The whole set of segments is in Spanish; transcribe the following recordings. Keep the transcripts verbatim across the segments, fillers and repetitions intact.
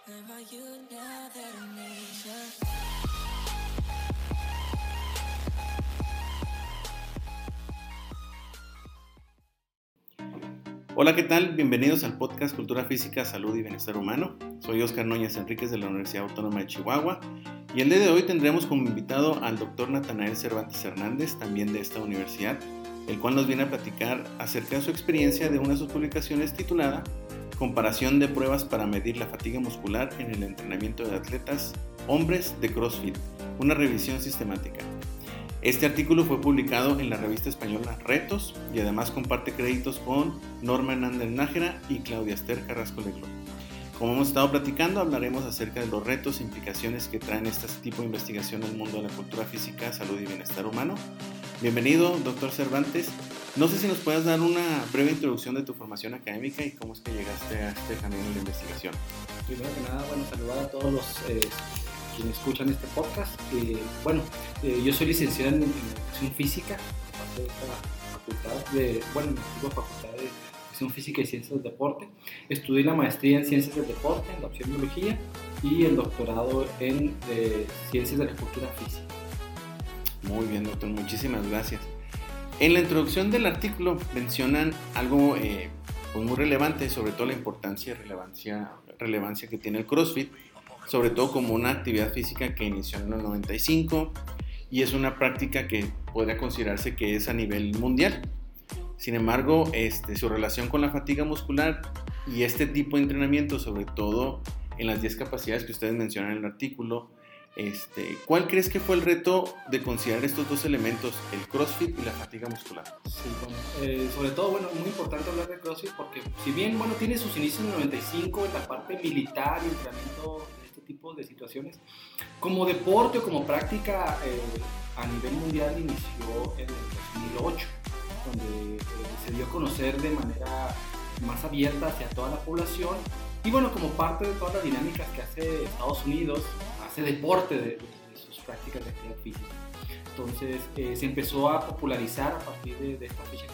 Never you know that I need you. Hola, ¿qué tal? Bienvenidos al podcast Cultura Física, Salud y Bienestar Humano. Soy Oscar Núñez Enríquez de la Universidad Autónoma de Chihuahua y el día de hoy tendremos como invitado al doctor Natanael Cervantes Hernández, también de esta universidad, el cual nos viene a platicar acerca de su experiencia de una de sus publicaciones titulada Comparación de pruebas para medir la fatiga muscular en el entrenamiento de atletas hombres de CrossFit, una revisión sistemática. Este artículo fue publicado en la revista española Retos y además comparte créditos con Norma Hernández Nájera y Claudia Esther Carrasco Leglo. Como hemos estado platicando, hablaremos acerca de los retos e implicaciones que traen este tipo de investigación al mundo de la cultura física, salud y bienestar humano. Bienvenido, doctor Cervantes. No sé si nos puedas dar una breve introducción de tu formación académica y cómo es que llegaste a este camino de investigación. Primero que nada, bueno, saludar a todos los eh, quienes escuchan este podcast. Eh, bueno, eh, yo soy licenciado en, en Educación Física, de esta facultad de, bueno, en la antigua Facultad de Educación Física y Ciencias del Deporte. Estudié la maestría en Ciencias del Deporte, en la opción Biología, y el doctorado en eh, Ciencias de la Cultura Física. Muy bien, doctor, muchísimas gracias. En la introducción del artículo mencionan algo eh, pues muy relevante, sobre todo la importancia y relevancia, relevancia que tiene el CrossFit, sobre todo como una actividad física que inició en el noventa y cinco y es una práctica que podría considerarse que es a nivel mundial. Sin embargo, este, su relación con la fatiga muscular y este tipo de entrenamiento, sobre todo en las diez capacidades que ustedes mencionan en el artículo, Este, ¿cuál crees que fue el reto de considerar estos dos elementos, el CrossFit y la fatiga muscular? Sí, bueno, eh, sobre todo, bueno, muy importante hablar de CrossFit porque si bien, bueno, tiene sus inicios en el noventa y cinco en la parte militar y entrenamiento de este tipo de situaciones, como deporte o como práctica eh, a nivel mundial inició en el dos mil ocho, donde eh, se dio a conocer de manera más abierta hacia toda la población y bueno, como parte de todas las dinámicas que hace Estados Unidos, hace deporte de, de, de sus prácticas de actividad física. Entonces eh, se empezó a popularizar a partir de, de esta fecha,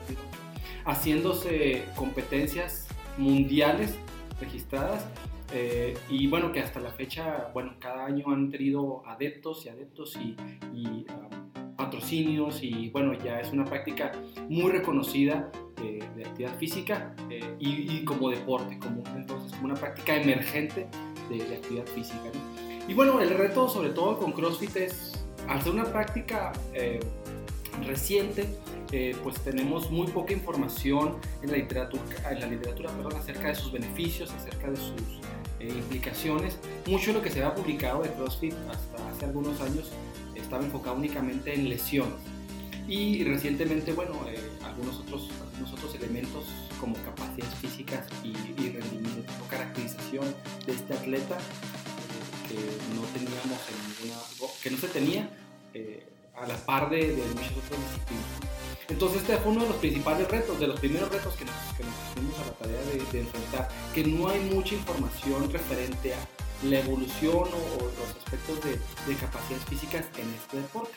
haciéndose competencias mundiales registradas eh, y bueno, que hasta la fecha, bueno, cada año han tenido adeptos y adeptos y, y um, patrocinios y bueno, ya es una práctica muy reconocida de, de actividad física eh, y, y como deporte, como, entonces como una práctica emergente de, de actividad física, ¿no? Y bueno, el reto sobre todo con CrossFit es, al ser una práctica eh, reciente, eh, pues tenemos muy poca información en la literatura, en la literatura perdón, acerca de sus beneficios, acerca de sus eh, implicaciones. Mucho de lo que se había publicado de CrossFit hasta hace algunos años estaba enfocado únicamente en lesiones. Y recientemente, bueno, eh, algunos, otros, algunos otros elementos como capacidades físicas y, y rendimiento o caracterización de este atleta que no teníamos en ninguna, que no se tenía eh, a la par de, de muchas otras disciplinas. Entonces este fue uno de los principales retos, de los primeros retos que nos, que nos pusimos a la tarea de, de enfrentar, que no hay mucha información referente a la evolución o, o los aspectos de, de capacidades físicas en este deporte.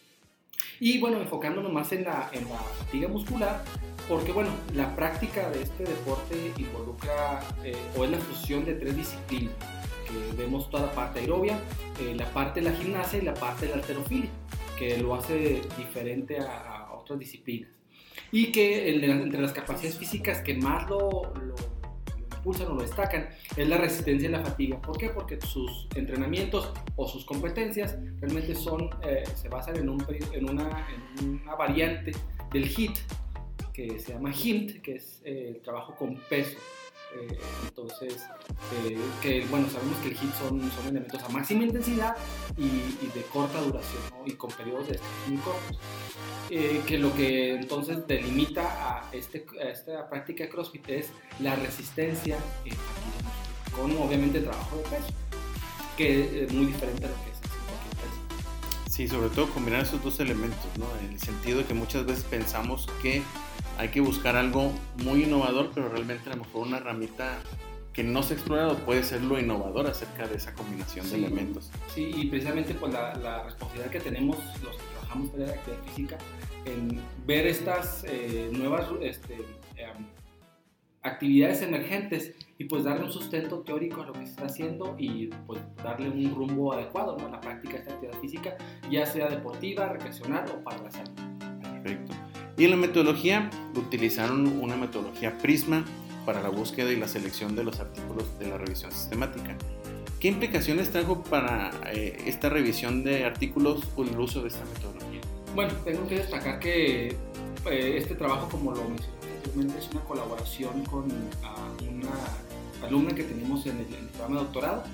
Y bueno, enfocándonos más en la, en la fatiga muscular, porque bueno, la práctica de este deporte involucra eh, o es la fusión de tres disciplinas. Vemos toda la parte aerobia, eh, la parte de la gimnasia y la parte de la halterofilia, que lo hace diferente a, a otras disciplinas. Y que el, entre las capacidades físicas que más lo, lo, lo impulsan o lo destacan es la resistencia y la fatiga. ¿Por qué? Porque sus entrenamientos o sus competencias realmente son, eh, se basan en, un, en, una, en una variante del HIIT, que se llama H I I M T, que es eh, el trabajo con peso. Eh, entonces, eh, que bueno, sabemos que el HIIT son, son elementos a máxima intensidad y, y de corta duración, ¿no? Y con periodos de descanso muy cortos. Eh, que lo que entonces delimita a, este, a esta práctica de CrossFit es la resistencia eh, con obviamente trabajo de peso, que es muy diferente a lo que es cualquier peso. Sí, sobre todo combinar esos dos elementos, ¿no? En el sentido de que muchas veces pensamos que hay que buscar algo muy innovador, pero realmente a lo mejor una ramita que no se ha explorado puede ser lo innovador acerca de esa combinación sí, de elementos. Sí, y precisamente pues la, la responsabilidad que tenemos los que trabajamos en la actividad física en ver estas eh, nuevas este, eh, actividades emergentes y pues darle un sustento teórico a lo que se está haciendo y pues darle un rumbo adecuado, ¿no?, a la práctica de esta actividad física, ya sea deportiva, recreacional o para la salud. Perfecto. Y en la metodología utilizaron una metodología PRISMA para la búsqueda y la selección de los artículos de la revisión sistemática. ¿Qué implicaciones trajo para eh, esta revisión de artículos o el uso de esta metodología? Bueno, tengo que destacar que eh, este trabajo, como lo mencioné anteriormente, es una colaboración con uh, una alumna que tenemos en el, en el programa de doctorado.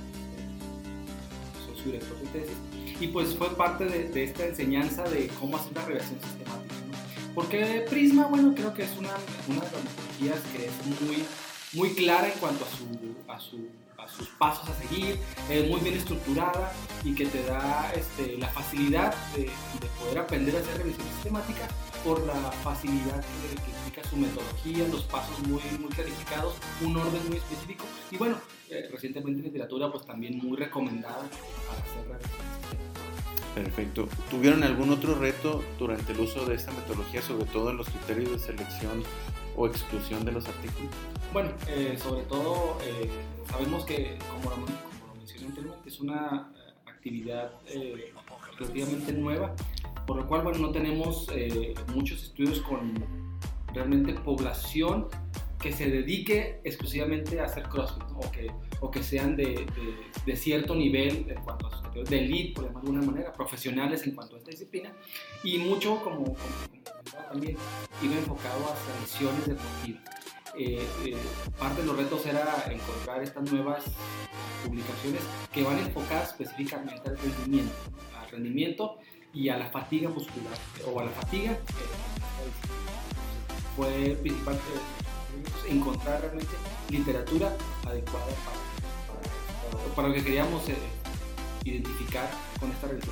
Soy su director de tesis. Y pues fue parte de, de esta enseñanza de cómo hacer una revisión sistemática, ¿no? Porque PRISMA, bueno, creo que es una, una de las metodologías que es muy, muy clara en cuanto a, su, a, su, a sus pasos a seguir, es muy bien estructurada y que te da este, la facilidad de, de poder aprender a hacer revisión sistemática por la facilidad que, que implica su metodología, los pasos muy, muy clarificados, un orden muy específico y bueno, eh, recientemente en literatura pues también muy recomendada para hacer revisión sistemática. Perfecto. ¿Tuvieron algún otro reto durante el uso de esta metodología, sobre todo en los criterios de selección o exclusión de los artículos? Bueno, eh, sobre todo eh, sabemos que, como lo, como lo mencioné anteriormente, es una actividad eh, relativamente nueva, por lo cual bueno, no tenemos eh, muchos estudios con realmente población que se dedique exclusivamente a hacer CrossFit, ¿no? o, que, o que sean de, de, de cierto nivel en cuanto a sus categorías, de elite, por llamarlo de alguna manera, profesionales en cuanto a esta disciplina, y mucho, como, como, como también, iba enfocado hacia misiones deportivas. Eh, eh, parte de los retos era encontrar estas nuevas publicaciones que van enfocadas específicamente al rendimiento, ¿no? al rendimiento y a la fatiga muscular, o a la fatiga. Eh, fue principalmente encontrar realmente literatura adecuada para, para, para lo que queríamos eh, identificar con esta revisión.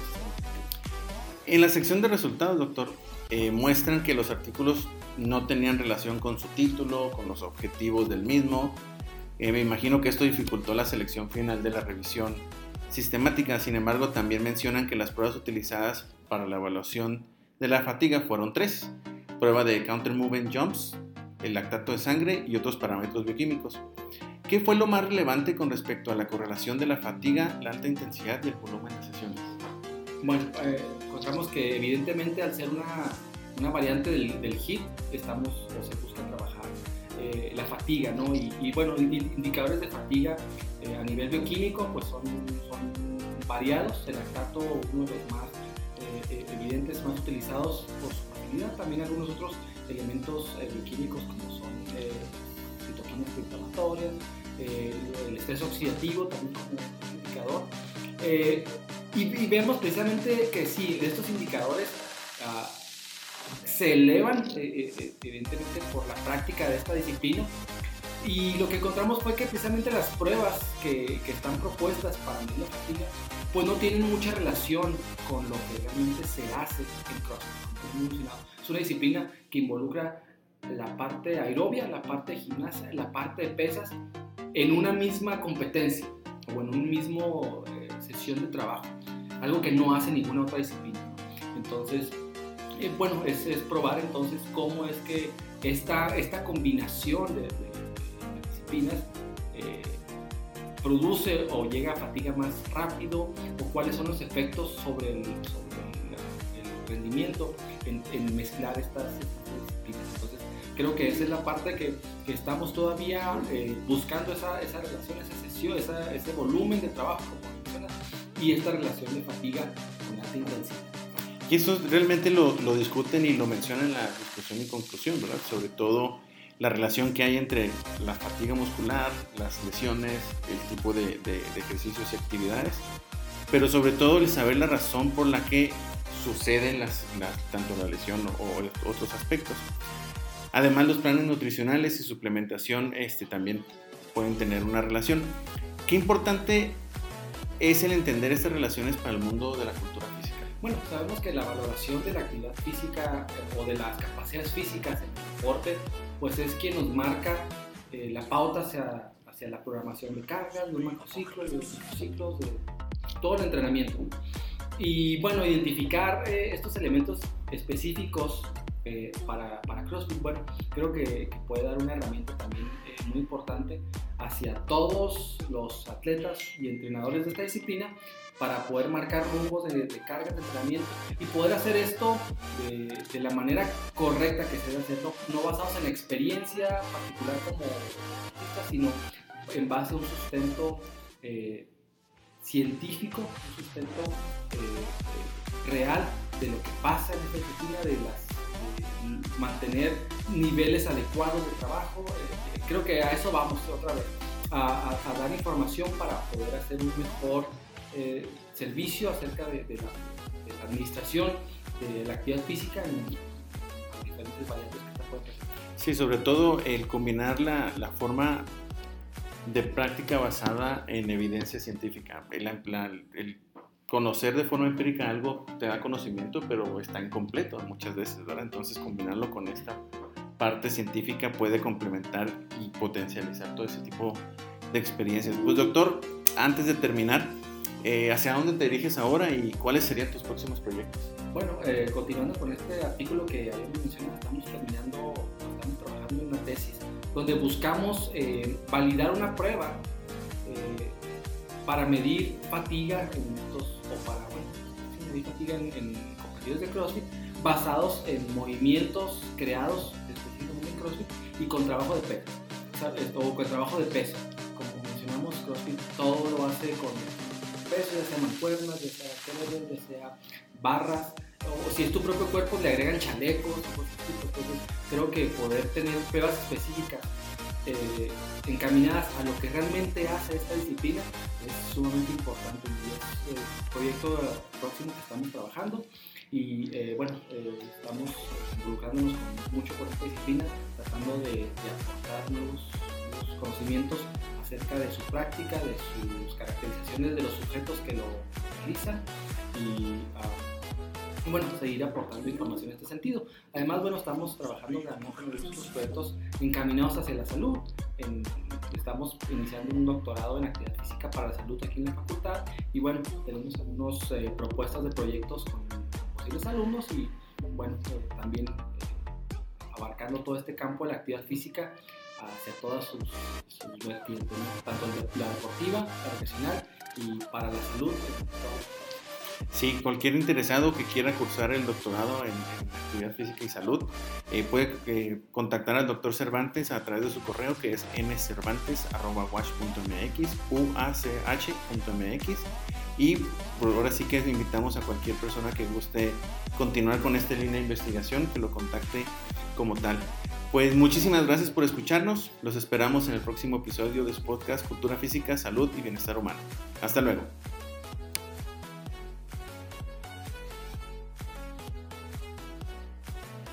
En la sección de resultados, doctor, eh, muestran que los artículos no tenían relación con su título, con los objetivos del mismo. Eh, me imagino que esto dificultó la selección final de la revisión sistemática. Sin embargo, también mencionan que las pruebas utilizadas para la evaluación de la fatiga fueron tres: prueba de counter movement jumps, el lactato de sangre y otros parámetros bioquímicos. ¿Qué fue lo más relevante con respecto a la correlación de la fatiga, la alta intensidad y el volumen de sesiones? Bueno, eh, encontramos que evidentemente al ser una, una variante del, del H I I T, estamos o se busca trabajar eh, la fatiga, ¿no? Y, y bueno, indicadores de fatiga eh, a nivel bioquímico pues son, son variados. El lactato, uno de los más eh, evidentes, más utilizados por su facilidad. También algunos otros elementos eh, bioquímicos como son eh, citoquinas inflamatorias, eh, el estrés oxidativo también como un indicador. Eh, y, y vemos precisamente que sí, estos indicadores uh, se elevan eh, eh, evidentemente por la práctica de esta disciplina, y lo que encontramos fue que precisamente las pruebas que, que están propuestas para medir la fatiga pues no tienen mucha relación con lo que realmente se hace en CrossFit. Es una disciplina que involucra la parte aerobia, la parte de gimnasia, la parte de pesas en una misma competencia o en un mismo eh, sesión de trabajo, algo que no hace ninguna otra disciplina. Entonces, eh, bueno, es, es probar entonces cómo es que esta, esta combinación de, de, de disciplinas eh, produce o llega a fatiga más rápido, o cuáles son los efectos sobre el, sobre el, el rendimiento en, en mezclar estas, estas disciplinas. Entonces, creo que esa es la parte que, que estamos todavía eh, buscando, esa, esa relación, esa sesión, esa, ese volumen de trabajo, como mencionas, y esta relación de fatiga con alta intensidad. Y eso realmente lo, lo discuten y lo mencionan en la discusión y conclusión, ¿verdad? Sobre todo la relación que hay entre la fatiga muscular, las lesiones, el tipo de, de, de ejercicios y actividades, pero sobre todo el saber la razón por la que suceden las, las, tanto la lesión o, o otros aspectos. Además, los planes nutricionales y suplementación este, también pueden tener una relación. ¿Qué importante es el entender estas relaciones para el mundo de la cultura física? Bueno, sabemos que la valoración de la actividad física eh, o de las capacidades físicas en el deporte pues es quien nos marca eh, la pauta hacia, hacia la programación de cargas, de un macrociclo, de los microciclos, de todo el entrenamiento. Y bueno, identificar eh, estos elementos específicos eh, para, para CrossFit. Bueno, creo que, que puede dar una herramienta también eh, muy importante hacia todos los atletas y entrenadores de esta disciplina para poder marcar rumbos de, de cargas de entrenamiento y poder hacer esto de, de la manera correcta que se debe hacerlo, no basados en la experiencia particular como deportista, sino en base a un sustento eh, científico, un sustento eh, eh, real de lo que pasa en esta disciplina, de, las, de mantener niveles adecuados de trabajo. Eh, creo que a eso vamos otra vez, a, a, a dar información para poder hacer un mejor eh, servicio acerca de, de, la, de la administración de la actividad física en las diferentes variantes que está puesta. Sí, sobre todo el combinar la, la forma de práctica basada en evidencia científica. El, la, el conocer de forma empírica algo te da conocimiento, pero está incompleto muchas veces, ¿verdad? Entonces combinarlo con esta parte científica puede complementar y potencializar todo ese tipo de experiencias. Pues doctor, antes de terminar, eh, ¿hacia dónde te diriges ahora y cuáles serían tus próximos proyectos? Bueno, eh, continuando con este artículo que habíamos mencionado, estamos terminando, estamos trabajando en una tesis donde buscamos eh, validar una prueba eh, para medir fatiga en estos, o para bueno, sí, medir fatiga en, en competidores de CrossFit basados en movimientos creados específicamente en CrossFit y con trabajo de peso, o con trabajo de peso. Como mencionamos, CrossFit todo lo hace con peso, ya sea mancuernas, ya sea kettlebell, ya sea barras, o si es tu propio cuerpo le agregan chalecos. Entonces creo que poder tener pruebas específicas eh, encaminadas a lo que realmente hace esta disciplina es sumamente importante y es el proyecto próximo que estamos trabajando y eh, bueno, eh, estamos involucrándonos con, mucho con esta disciplina, tratando de, de aportar nuevos, nuevos conocimientos acerca de su práctica, de sus caracterizaciones de los sujetos que lo realizan y uh, bueno, seguir aportando información en este sentido. Además, bueno, estamos trabajando en nuestros proyectos encaminados hacia la salud. En, estamos iniciando un doctorado en actividad física para la salud aquí en la facultad y bueno, tenemos algunas eh, propuestas de proyectos con posibles alumnos y bueno, eh, también eh, abarcando todo este campo de la actividad física hacia todas sus, sus vertientes, ¿no? Tanto la deportiva, la profesional y para la salud. Sí, cualquier interesado que quiera cursar el doctorado en, en actividad física y salud eh, puede eh, contactar al doctor Cervantes a través de su correo que es ene cervantes arroba u a c h punto m x, u a c h punto m x, y por ahora sí que invitamos a cualquier persona que guste continuar con esta línea de investigación que lo contacte como tal. Pues muchísimas gracias por escucharnos, los esperamos en el próximo episodio de su podcast Cultura Física, Salud y Bienestar Humano. Hasta luego.